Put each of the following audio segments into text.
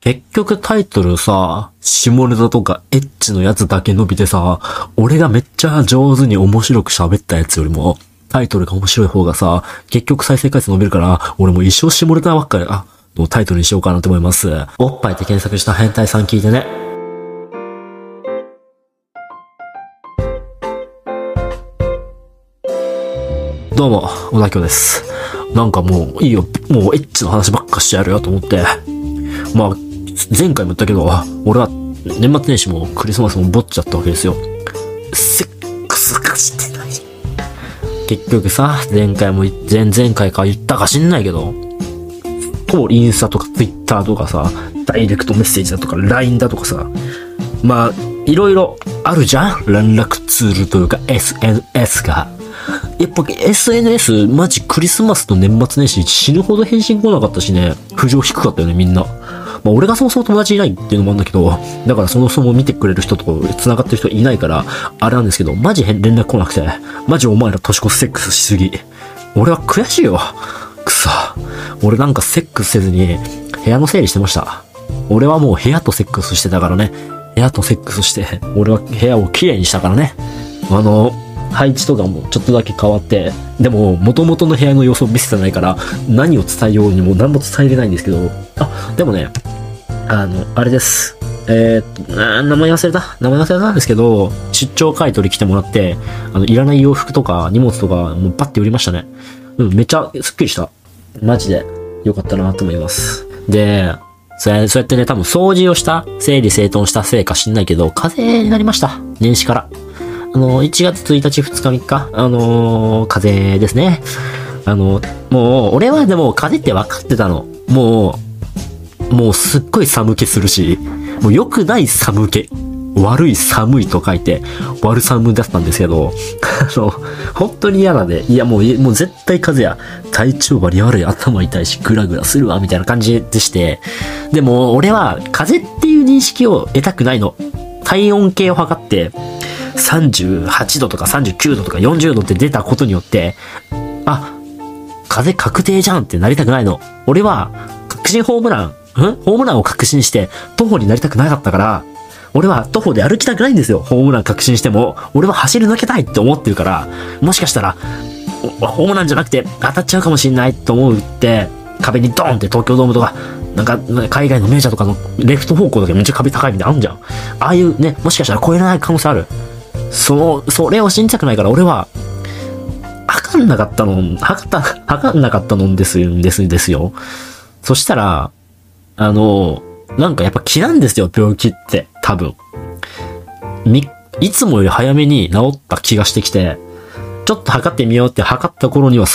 結局タイトルさ、下ネタとかエッチのやつだけ伸びてさ、俺がめっちゃ上手に面白く喋ったやつよりも、タイトルが面白い方がさ、結局再生回数伸びるから、俺も一生下ネタばっかり、のタイトルにしようかなと思います。おっぱいって検索した変態さん聞いてね。どうも、小田京です。なんかもういいよ、もうエッチの話ばっかしてやるよと思って。まあ、前回も言ったけど、俺は年末年始もクリスマスもぼっちゃったわけですよ。セックスがしてない。結局さ、前々回か言ったか知んないけど、インスタとかツイッターとかさ、ダイレクトメッセージだとか LINE だとかさ、まあ、いろいろあるじゃん？連絡ツールというか SNS が。やっぱ SNS マジクリスマスと年末年始死ぬほど返信来なかったしね、浮上低かったよねみんな。まあ俺がそもそも友達いないっていうのもあるんだけど、だからそもそも見てくれる人と繋がってる人いないから、あれなんですけど、マジ連絡来なくて、マジお前ら年越しセックスしすぎ。俺は悔しいよ。くそ。俺なんかセックスせずに部屋の整理してました。俺はもう部屋とセックスしてたからね。部屋とセックスして、俺は部屋をきれいにしたからね。配置とかもちょっとだけ変わって、でも元々の部屋の様子を見せてないから何を伝えようにも何も伝えれないんですけど、でもね、あれです。名前忘れたんですけど、出張買い取り来てもらって、いらない洋服とか荷物とかもうバッて売りましたね。めっちゃスッキリした。マジで良かったなと思います。で、そうやってね、多分掃除をした、整理整頓したせいか知んないけど、風邪になりました。年始から。1月1日2日3日、風邪ですね。もう、俺はでも風邪って分かってたの。もうすっごい寒気するし、もう良くない寒気。悪い寒いと書いて、悪寒だったんですけど、本当に嫌なんで、いやもう絶対風邪や、体調悪い、頭痛いし、グラグラするわ、みたいな感じでして、でも俺は風邪っていう認識を得たくないの。体温計を測って、38度とか39度とか40度って出たことによって、風邪確定じゃんってなりたくないの。俺は、確信ホームランを確信して、徒歩になりたくなかったから、俺は徒歩で歩きたくないんですよ。ホームラン確信しても、俺は走り抜けたいって思ってるから、もしかしたら、ホームランじゃなくて当たっちゃうかもしんないと思うって、壁にドーンって東京ドームとか、なんか、海外のメジャーとかのレフト方向だけめっちゃ壁高いみたいなのあるじゃん。ああいうね、もしかしたら超えられない可能性ある。それを信じたくないから、俺は、測んなかったのんですよ。そしたら、なんかやっぱ気なんですよ、病気って。多分。いつもより早めに治った気がしてきて、ちょっと測ってみようって測った頃には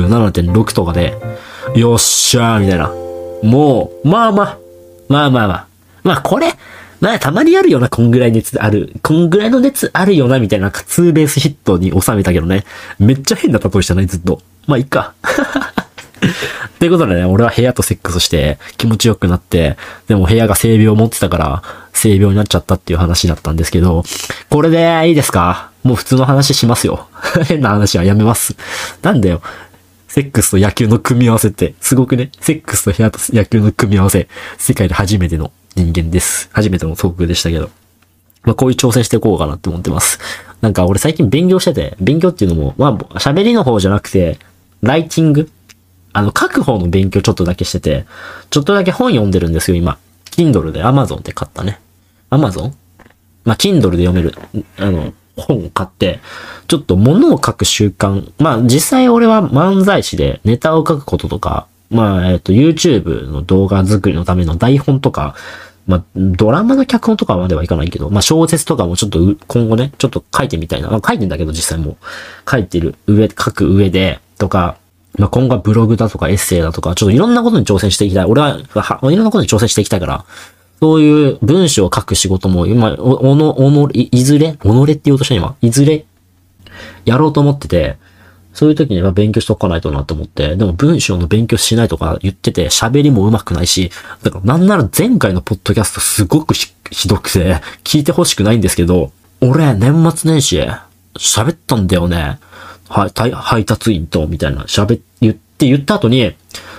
37.6 とかで、よっしゃーみたいな。もう、まあこれ、たまにあるよな、こんぐらいの熱あるよな、みたいな、ツーベースヒットに収めたけどね。めっちゃ変な例えしたね、ずっと。まあ、いっか。ということでね、俺は部屋とセックスして気持ちよくなって、でも部屋が性病を持ってたから、性病になっちゃったっていう話だったんですけど、これでいいですか？もう普通の話しますよ。変な話はやめます。なんだよ。セックスと野球の組み合わせって、すごくね、セックスと部屋と野球の組み合わせ、世界で初めての人間です。初めてのトークでしたけど。まあこういう挑戦していこうかなって思ってます。なんか俺最近勉強してて、勉強っていうのも、喋りの方じゃなくて、ライティング？書く方の勉強ちょっとだけしてて、ちょっとだけ本読んでるんですよ、今。Kindle で Amazon で買ったね。Amazon？ Kindle で読める、本を買って、ちょっと物を書く習慣。実際俺は漫才師でネタを書くこととか、YouTube の動画作りのための台本とか、ドラマの脚本とかまではいかないけど、小説とかもちょっと今後ね、ちょっと書いてみたいな。書いてんだけど実際も書く上で、とか、今後はブログだとかエッセイだとか、ちょっといろんなことに挑戦していきたい。俺はいろんなことに挑戦していきたいから、そういう文章を書く仕事も今、いずれって言おうとした今、いずれやろうと思ってて、そういう時には勉強しとかないとなと思って、でも文章の勉強しないとか言ってて、喋りも上手くないし、だからなんなら前回のポッドキャストすごくひどくて、聞いてほしくないんですけど、俺、年末年始、喋ったんだよね。配達員と、みたいな、言った後に、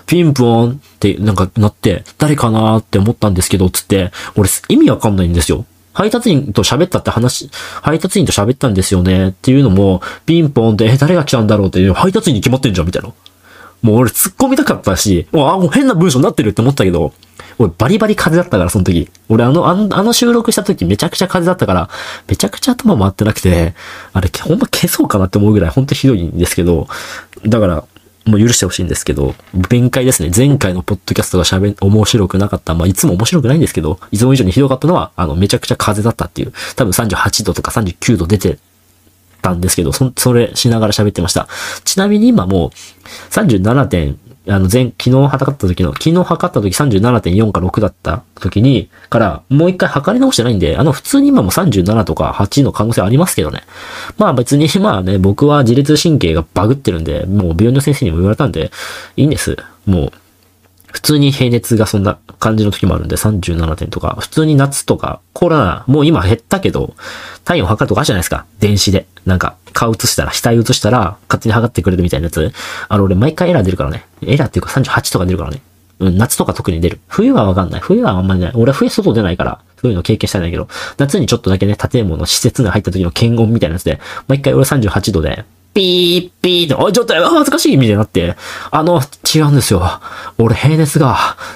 ピンポンってなんかなって、誰かなーって思ったんですけど、つって、俺意味わかんないんですよ。配達員と喋ったって話、配達員と喋ったんですよねっていうのも、ピンポンで、誰が来たんだろうっていう、配達員に決まってんじゃんみたいな。もう俺突っ込みたかったし、もう変な文章になってるって思ったけど、俺バリバリ風だったから、その時。俺あの収録した時めちゃくちゃ風だったから、めちゃくちゃ頭回ってなくて、あれほんま消そうかなって思うぐらいほんとひどいんですけど、だから、もう許してほしいんですけど、弁解ですね。前回のポッドキャストが面白くなかった。まあ、いつも面白くないんですけど、いつも以上にひどかったのは、めちゃくちゃ風だったっていう。多分38度とか39度出てたんですけど、それしながら喋ってました。ちなみに今もう、37点、昨日測った時 37.4 か6だった時に、からもう一回測り直してないんで、普通に今も37とか8の可能性ありますけどね。まあ別に、まあね、僕は自律神経がバグってるんで、もう病院の先生にも言われたんで、いいんです。もう、普通に平熱がそんな感じの時もあるんで、37点とか、普通に夏とか、コロナ、もう今減ったけど、体温測るとかあるじゃないですか。電子で。なんか、顔映したら、額映したら、勝手に測ってくれるみたいなやつ。俺毎回エラー出るからね。エラーっていうか38とか出るからね。うん、夏とか特に出る。冬はわかんない。冬はあんまりない。俺は冬外出ないから、そういうの経験したいんだけど、夏にちょっとだけね、建物、施設が入った時の検温みたいなやつで、毎回俺38度で、ピーピーって、おい、ちょっと、恥ずかしいみたいになって、違うんですよ。俺、平熱が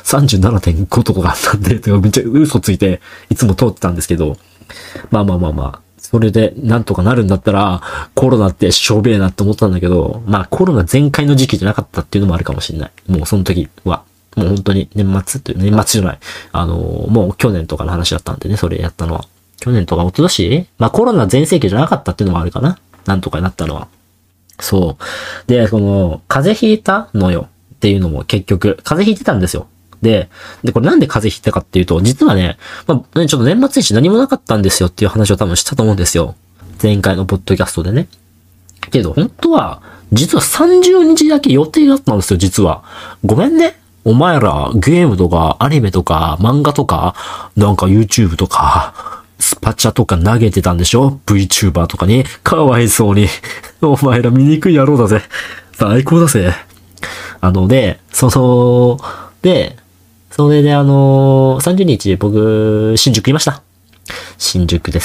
37.5 とかがあったんで、めっちゃ嘘ついて、いつも通ってたんですけど、まあ。それで、なんとかなるんだったら、コロナってしょべえなって思ったんだけど、まあ、コロナ全開の時期じゃなかったっていうのもあるかもしれない。もう、その時は。もう本当に年末じゃない。もう去年とかの話だったんでね、それやったのは。去年とか一昨年？まあ、コロナ全盛期じゃなかったっていうのもあるかな。なんとかなったのは。そう。で、風邪ひいたのよっていうのも結局、風邪ひいてたんですよ。で、これなんで風邪ひいたかっていうと、実はね、まあ、ちょっと年末年始何もなかったんですよっていう話を多分したと思うんですよ。前回のポッドキャストでね。けど、本当は、実は30日だけ予定があったんですよ、実は。ごめんね。お前ら、ゲームとか、アニメとか、漫画とか、なんか YouTube とか、スパチャとか投げてたんでしょ ?VTuber とかに。かわいそうに。お前ら醜い野郎だぜ。最高だぜ。それで30日僕、新宿いました。新宿です。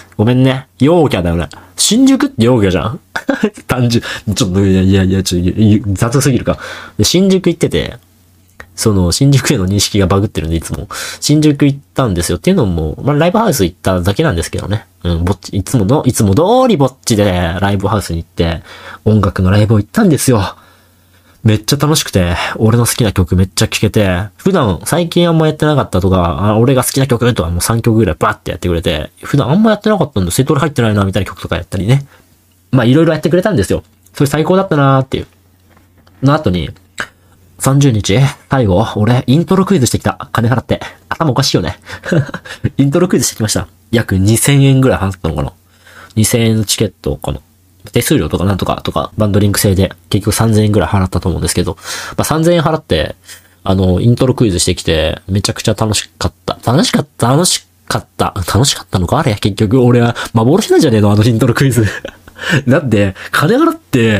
ごめんね。陽キャだよね。新宿って陽キャじゃん単純。ちょっと、雑すぎるか。で新宿行ってて、新宿への認識がバグってるんで、いつも。新宿行ったんですよ。っていうのも、まあ、ライブハウス行っただけなんですけどね。いつも通りぼっちでライブハウスに行って、音楽のライブを行ったんですよ。めっちゃ楽しくて、俺の好きな曲めっちゃ聴けて、普段最近あんまやってなかったとか、俺が好きな曲とかもう3曲ぐらいバーってやってくれて、普段あんまやってなかったんだ、セトル入ってないなみたいな曲とかやったりね。まあいろいろやってくれたんですよ。それ最高だったなーっていう。の後に、30日最後、俺、イントロクイズしてきた。金払って。頭おかしいよね。イントロクイズしてきました。約2000円ぐらい払ったのかな。2000円のチケットかな。手数料とかなんとかバンドリンク制で結局3000円ぐらい払ったと思うんですけど、まあ、3000円払って、イントロクイズしてきて、めちゃくちゃ楽しかった。楽しかったのかあれ結局俺は幻なんじゃねえのイントロクイズ。だって、金払って、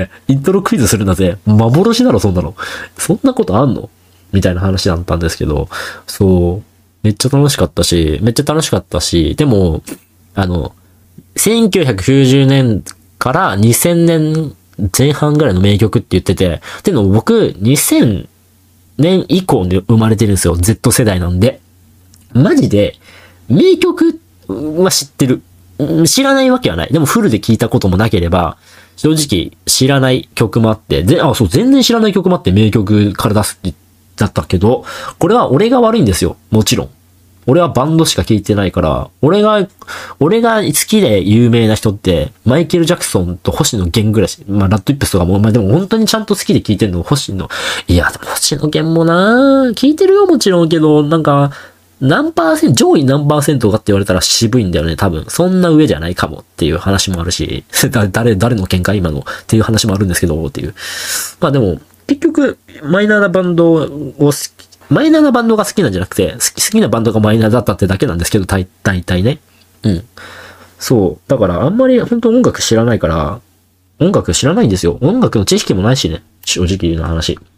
イントロクイズするんだぜ。幻だろ、そんなの。そんなことあんのみたいな話だったんですけど、そう、めっちゃ楽しかったし、でも、1990年から2000年前半ぐらいの名曲って言ってて、っていうのも僕、2000年以降に生まれてるんですよ。Z 世代なんで。マジで、名曲は知ってる。知らないわけはない。でもフルで聞いたこともなければ、正直知らない曲もあって、全然知らない曲もあって名曲から出すってだったけど、これは俺が悪いんですよ。もちろん。俺はバンドしか聴いてないから、俺が好きで有名な人って、マイケル・ジャクソンと星野源ぐらいし、まあ、ラッドイップスとかも、まあ、でも本当にちゃんと好きで聴いてるの、星野源もな聴いてるよ、もちろんけど、なんか、上位何%かって言われたら渋いんだよね、多分。そんな上じゃないかもっていう話もあるし、誰の見解今のっていう話もあるんですけど、っていう。まあでも、結局、マイナーなバンドが好きなんじゃなくて、好きなバンドがマイナーだったってだけなんですけど、大体ね。うん。そう。だからあんまり本当音楽知らないから、音楽知らないんですよ。音楽の知識もないしね。正直な話。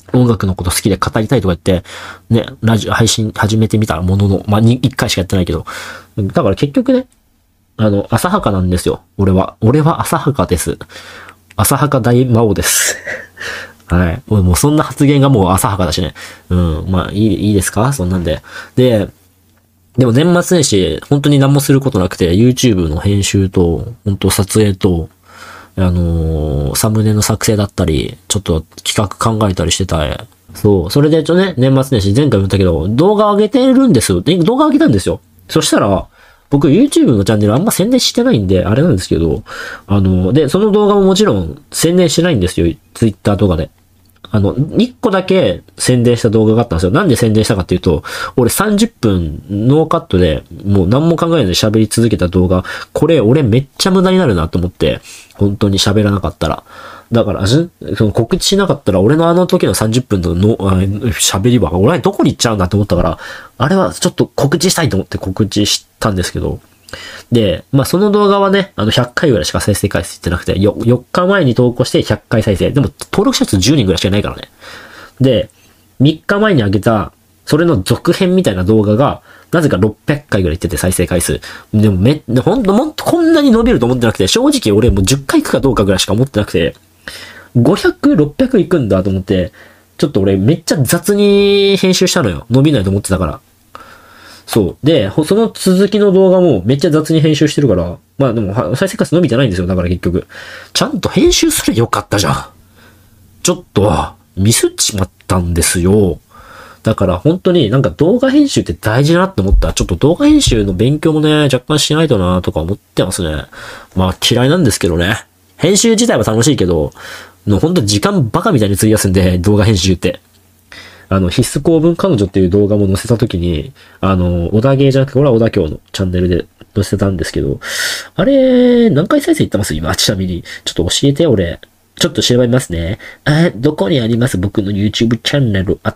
音楽のこと好きで語りたいとか言って、ね、ラジオ配信始めてみたものの、まあ、1回しかやってないけど。だから結局ね、浅はかなんですよ。俺は浅はかです。浅はか大魔王です。はい。もうそんな発言がもう浅はかだしね。うん。まあ、いいですかそんなんで。でも年末年始、本当に何もすることなくて、YouTube の編集と、本当撮影と、サムネの作成だったり、ちょっと企画考えたりしてた。そう。それでね、年末年始前回言ったけど、動画上げてるんですよ。動画上げたんですよ。そしたら、僕 YouTube のチャンネルあんま宣伝してないんで、あれなんですけど、で、その動画ももちろん宣伝してないんですよ。Twitter とかで。1個だけ宣伝した動画があったんですよ。なんで宣伝したかっていうと、俺30分ノーカットでもう何も考えないで喋り続けた動画、これ俺めっちゃ無駄になるなと思って、本当に喋らなかったら。だから、その告知しなかったら俺のあの時の30分の喋りは、俺はどこに行っちゃうんだと思ったから、あれはちょっと告知したいと思って告知したんですけど、で、まあ、その動画はね、100回ぐらいしか再生回数いってなくて、4日前に投稿して100回再生。でも、登録者数10人ぐらいしかいないからね。で、3日前に上げた、それの続編みたいな動画が、なぜか600回ぐらいいってて再生回数。でもほんとこんなに伸びると思ってなくて、正直俺もう10回行くかどうかぐらいしか思ってなくて、500、600行くんだと思って、ちょっと俺めっちゃ雑に編集したのよ。伸びないと思ってたから。そう。で、その続きの動画もめっちゃ雑に編集してるから、まあでも再生回数伸びてないんですよ。だから結局。ちゃんと編集すればよかったじゃん。ちょっと、ミスっちまったんですよ。だから本当になんか動画編集って大事だなって思った。ちょっと動画編集の勉強もね、若干しないとなとか思ってますね。まあ嫌いなんですけどね。編集自体は楽しいけど、本当時間バカみたいに費やすんで、動画編集って。必須公文彼女っていう動画も載せたときに、小田芸じゃなくて、俺は小田京のチャンネルで載せたんですけど、あれ、何回再生いってます今、ちなみに。ちょっと教えて、俺。ちょっと調べますね。どこにあります僕の YouTube チャンネルあった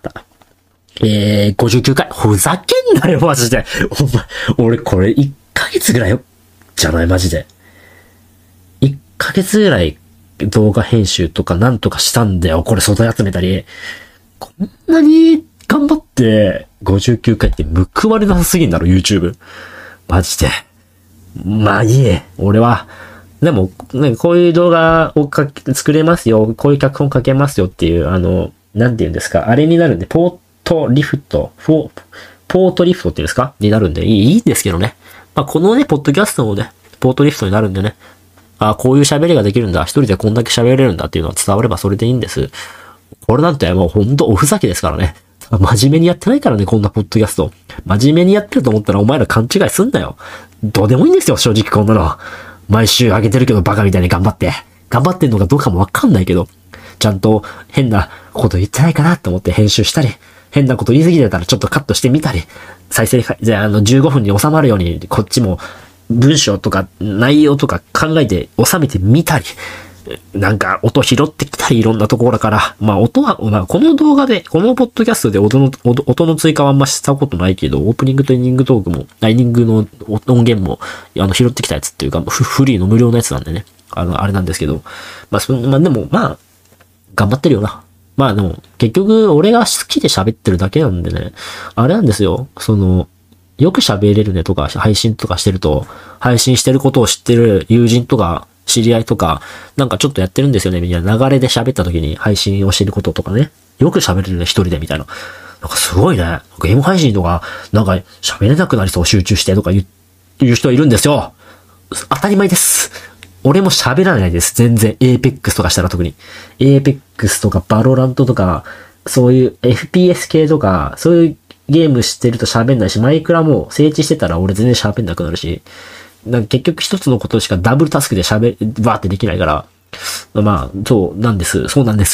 。59回。ふざけんなよ、マジで。俺これ1ヶ月ぐらいよ。じゃない、マジで。1ヶ月ぐらい動画編集とかなんとかしたんだよ。これ素材集めたり。こんなに頑張って59回って報われなさすぎんだろ、YouTube。マジで。まあいい。俺は。でも、ね、こういう動画を作れますよ。こういう脚本書けますよっていう、なんて言うんですか。あれになるんで、ポートリフトっていうんですかになるんで、いいですけどね。まあこのね、ポッドキャストもね、ポートリフトになるんでね。こういう喋りができるんだ。一人でこんだけ喋れるんだっていうのが伝わればそれでいいんです。これなんてもうほんとおふざけですからね。真面目にやってないからね、こんなポッドキャスト。真面目にやってると思ったらお前ら勘違いすんなよ。どうでもいいんですよ、正直こんなの。毎週上げてるけどバカみたいに頑張って。頑張ってんのかどうかもわかんないけど、ちゃんと変なこと言ってないかなって思って編集したり、変なこと言い過ぎてたらちょっとカットしてみたり、再生回、15分に収まるようにこっちも文章とか内容とか考えて収めてみたり、なんか音拾ってきたりいろんなところから、まあ音は、まあこの動画で、このポッドキャストで音の追加はあんましたことないけど、オープニングとエンディングトークも、エンディングの音源も、拾ってきたやつっていうか、フリーの無料のやつなんでね。あれなんですけど、まあでも、まあ、頑張ってるよな。まあでも、結局俺が好きで喋ってるだけなんでね、あれなんですよ、よく喋れるねとか、配信とかしてると、配信してることを知ってる友人とか、知り合いとか、なんかちょっとやってるんですよね。みんな流れで喋った時に配信をしてることとかね。よく喋れるね、一人でみたいな。なんかすごいね。ゲーム配信とか、なんか喋れなくなりそう集中してとか言う人いるんですよ。当たり前です。俺も喋らないです。全然。Apex とかしたら特に。Apex とかバロラントとか、そういう FPS 系とか、そういうゲームしてると喋んないし、マイクラも整地してたら俺全然喋んなくなるし、なんか結局一つのことしかダブルタスクでバーってできないから、まあ、そうなんです。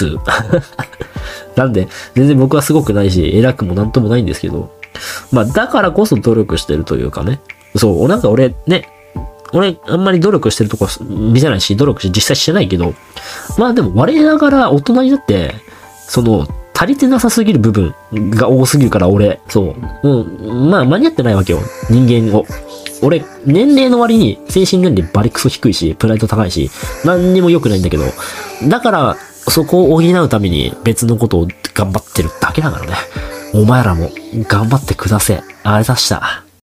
なんで、全然僕はすごくないし、偉くもなんともないんですけど、まあ、だからこそ努力してるというかね。そう、なんか俺あんまり努力してるとこ見せないし、努力して実際してないけど、まあでも我ながら大人になって、足りてなさすぎる部分が多すぎるから俺、まあ間に合ってないわけよ。人間を。俺、年齢の割に精神年齢バリクソ低いし、プライド高いし、何にも良くないんだけど、だから、そこを補うために別のことを頑張ってるだけだからね。お前らも頑張ってくだせ。あれだした。